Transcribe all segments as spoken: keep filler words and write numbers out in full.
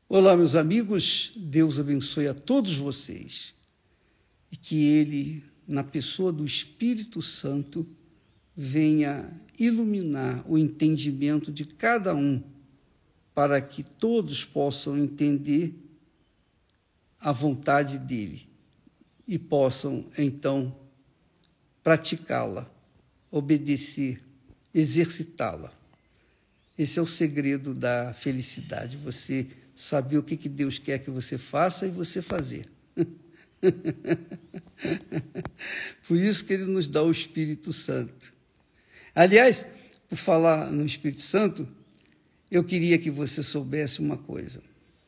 Olá, meus amigos, Deus abençoe a todos vocês e que Ele, na pessoa do Espírito Santo, venha iluminar o entendimento de cada um para que todos possam entender a vontade dEle e possam, então, praticá-la, obedecer, exercitá-la. Esse é o segredo da felicidade, você saber o que, que Deus quer que você faça e você fazer. Por isso que Ele nos dá o Espírito Santo. Aliás, por falar no Espírito Santo, eu queria que você soubesse uma coisa.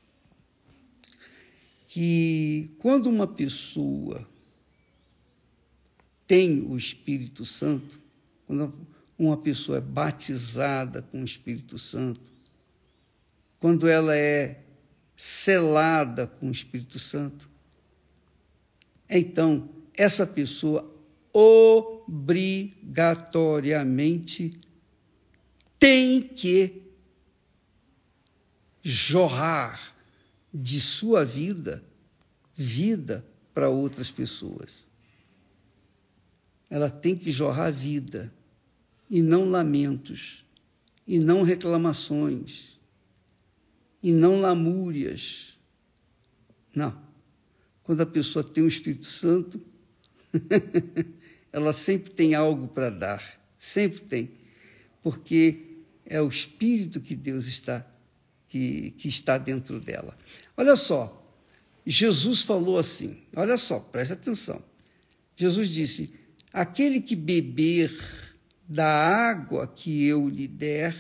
Que quando uma pessoa tem o Espírito Santo, quando uma pessoa é batizada com o Espírito Santo, quando ela é selada com o Espírito Santo, então essa pessoa obrigatoriamente tem que jorrar de sua vida, vida para outras pessoas. Ela tem que jorrar vida, e não lamentos, e não reclamações, e não lamúrias. Não. Quando a pessoa tem o Espírito Santo, ela sempre tem algo para dar, sempre tem, porque é o Espírito que Deus está, que, que está dentro dela. Olha só, Jesus falou assim, olha só, preste atenção. Jesus disse, aquele que beber da água que eu lhe der,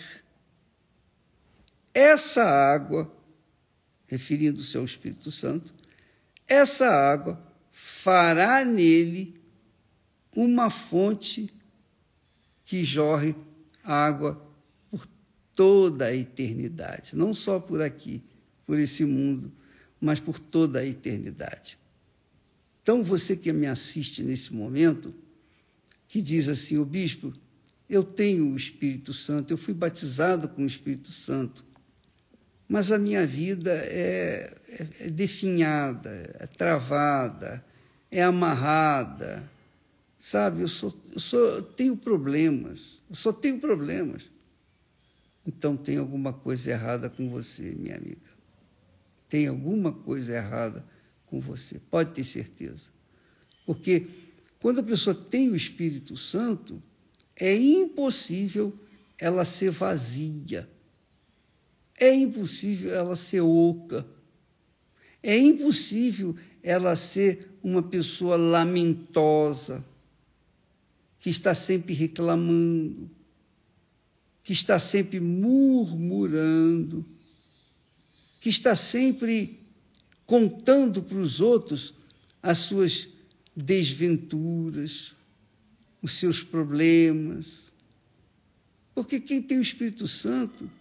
essa água, referindo-se ao Espírito Santo, essa água fará nele uma fonte que jorre água por toda a eternidade, não só por aqui, por esse mundo, mas por toda a eternidade. Então, você que me assiste nesse momento, que diz assim, o bispo, eu tenho o Espírito Santo, eu fui batizado com o Espírito Santo, mas a minha vida é, é, é definhada, é travada, é amarrada, sabe? Eu, sou, eu, sou, eu tenho problemas, eu só tenho problemas. Então tem alguma coisa errada com você, minha amiga. Tem alguma coisa errada com você, pode ter certeza. Porque quando a pessoa tem o Espírito Santo, é impossível ela ser vazia. É impossível ela ser oca. É impossível ela ser uma pessoa lamentosa, que está sempre reclamando, que está sempre murmurando, que está sempre contando para os outros as suas desventuras, os seus problemas. Porque quem tem o Espírito Santo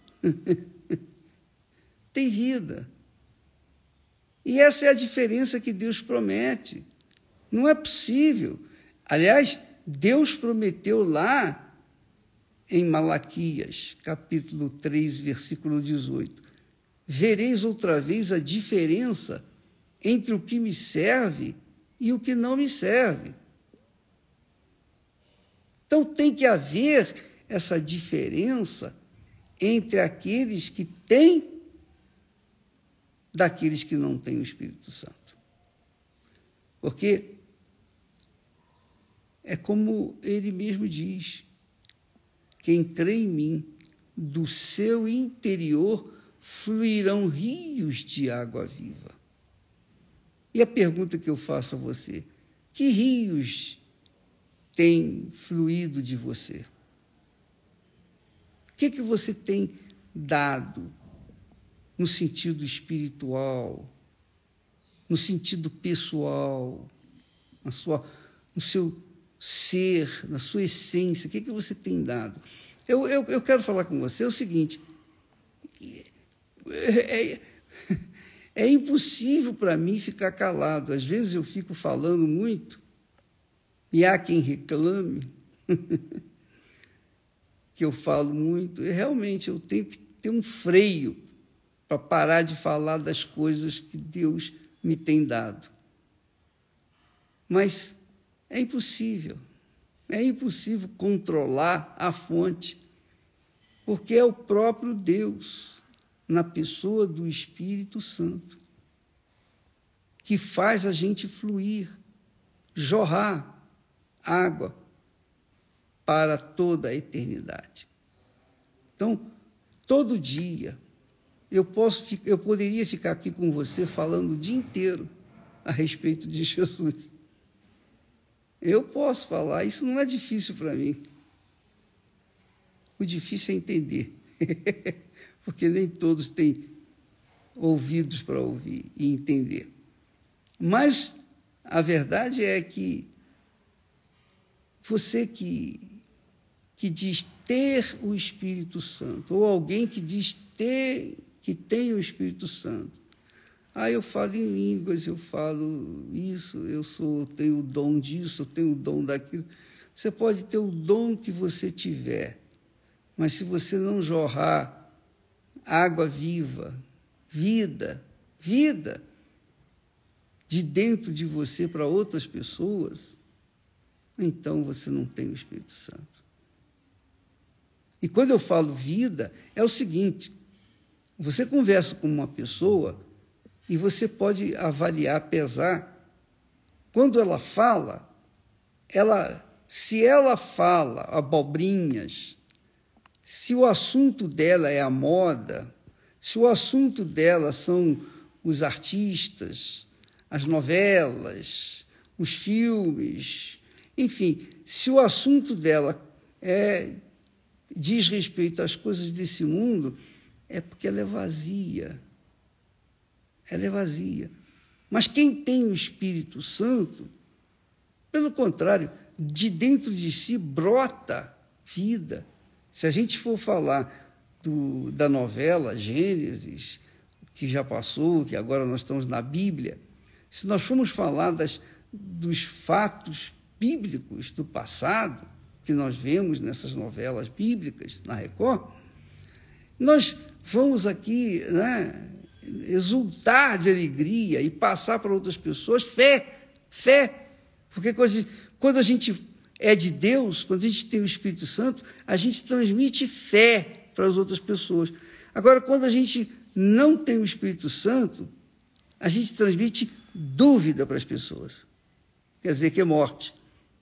tem vida. E essa é a diferença que Deus promete. Não é possível. Aliás, Deus prometeu lá em Malaquias, capítulo três, versículo dezoito, vereis outra vez a diferença entre o que me serve e o que não me serve. Então tem que haver essa diferença entre aqueles que têm daqueles que não têm o Espírito Santo. Porque é como ele mesmo diz, quem crê em mim, do seu interior fluirão rios de água viva. E a pergunta que eu faço a você, que rios têm fluído de você? O que, que você tem dado no sentido espiritual, no sentido pessoal, na sua, no seu ser, na sua essência? O que, que você tem dado? Eu, eu, eu quero falar com você o seguinte, é, é, é impossível para mim ficar calado. Às vezes eu fico falando muito, e há quem reclame que eu falo muito, e realmente eu tenho que ter um freio para parar de falar das coisas que Deus me tem dado. Mas é impossível, é impossível controlar a fonte, porque é o próprio Deus, na pessoa do Espírito Santo, que faz a gente fluir, jorrar água para toda a eternidade. Então, todo dia, eu, posso, eu poderia ficar aqui com você falando o dia inteiro a respeito de Jesus. Eu posso falar, isso não é difícil para mim. O difícil é entender, porque nem todos têm ouvidos para ouvir e entender. Mas a verdade é que você que, que diz ter o Espírito Santo, ou alguém que diz ter, que tem o Espírito Santo, ah, eu falo em línguas, eu falo isso, eu sou, tenho o dom disso, eu tenho o dom daquilo. Você pode ter o dom que você tiver, mas se você não jorrar água viva, vida, vida, de dentro de você para outras pessoas, então você não tem o Espírito Santo. E quando eu falo vida, é o seguinte: você conversa com uma pessoa e você pode avaliar, pesar. Quando ela fala, ela, se ela fala abobrinhas, se o assunto dela é a moda, se o assunto dela são os artistas, as novelas, os filmes, enfim, se o assunto dela é, diz respeito às coisas desse mundo, é porque ela é vazia. Ela é vazia. Mas quem tem o Espírito Santo, pelo contrário, de dentro de si brota vida. Se a gente for falar do, da novela Gênesis, que já passou, que agora nós estamos na Bíblia, se nós formos falar das, dos fatos bíblicos do passado, que nós vemos nessas novelas bíblicas, na Record, nós vamos aqui, né, exultar de alegria e passar para outras pessoas fé, fé, porque quando a gente é de Deus, quando a gente tem o Espírito Santo, a gente transmite fé para as outras pessoas. Agora, quando a gente não tem o Espírito Santo, a gente transmite dúvida para as pessoas. Quer dizer que é morte.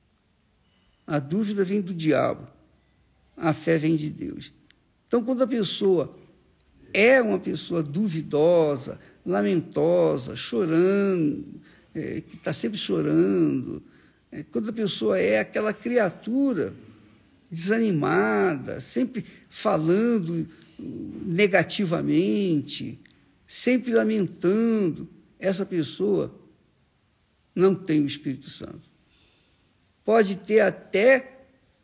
A dúvida vem do diabo, a fé vem de Deus. Então, quando a pessoa é uma pessoa duvidosa, lamentosa, chorando, é, que está sempre chorando, é, quando a pessoa é aquela criatura desanimada, sempre falando negativamente, sempre lamentando, essa pessoa não tem o Espírito Santo. Pode ter até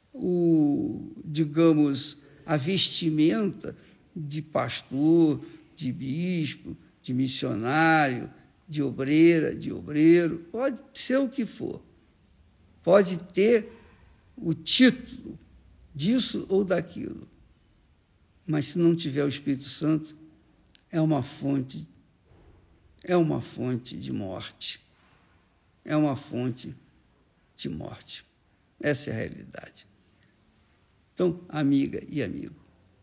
o, digamos, a vestimenta de pastor, de bispo, de missionário, de obreira, de obreiro, pode ser o que for. Pode ter o título disso ou daquilo. Mas se não tiver o Espírito Santo, é uma fonte, é uma fonte de morte. É uma fonte de morte. Essa é a realidade. Então, amiga e amigo,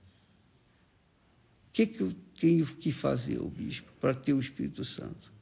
o que, que eu tenho que fazer, o bispo, para ter o Espírito Santo?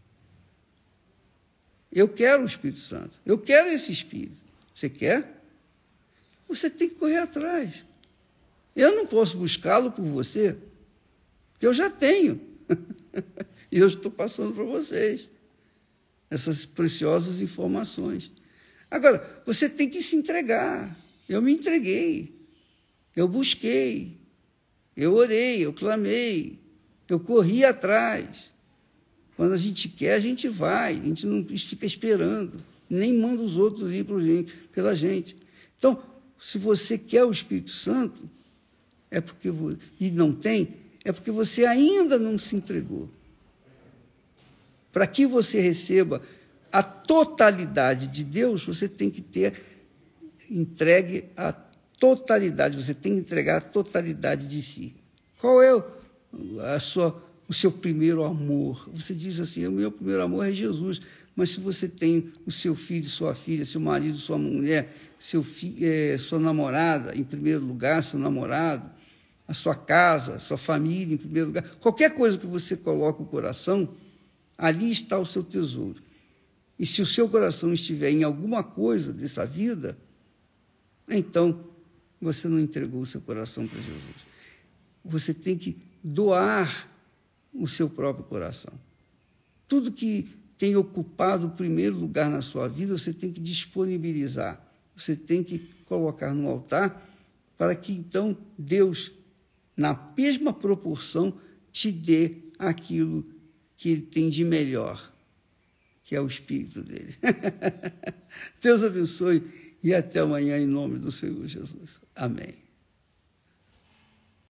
Eu quero o Espírito Santo. Eu quero esse Espírito. Você quer? Você tem que correr atrás. Eu não posso buscá-lo por você, porque eu já tenho. E eu estou passando para vocês essas preciosas informações. Agora, você tem que se entregar. Eu me entreguei. Eu busquei. Eu orei, eu clamei. Eu corri atrás. Quando a gente quer, a gente vai. A gente não fica esperando. Nem manda os outros ir pela gente. Então, se você quer o Espírito Santo, é porque e não tem, é porque você ainda não se entregou. Para que você receba a totalidade de Deus, você tem que ter entregue a totalidade, você tem que entregar a totalidade de si. Qual é a sua o seu primeiro amor. Você diz assim, o meu primeiro amor é Jesus. Mas se você tem o seu filho, sua filha, seu marido, sua mulher, seu fi, é, sua namorada em primeiro lugar, seu namorado, a sua casa, a sua família em primeiro lugar, qualquer coisa que você coloque o coração, ali está o seu tesouro. E se o seu coração estiver em alguma coisa dessa vida, então você não entregou o seu coração para Jesus. Você tem que doar o seu próprio coração. Tudo que tem ocupado o primeiro lugar na sua vida, você tem que disponibilizar. Você tem que colocar no altar para que, então, Deus, na mesma proporção, te dê aquilo que Ele tem de melhor, que é o Espírito dele. Deus abençoe e até amanhã, em nome do Senhor Jesus. Amém.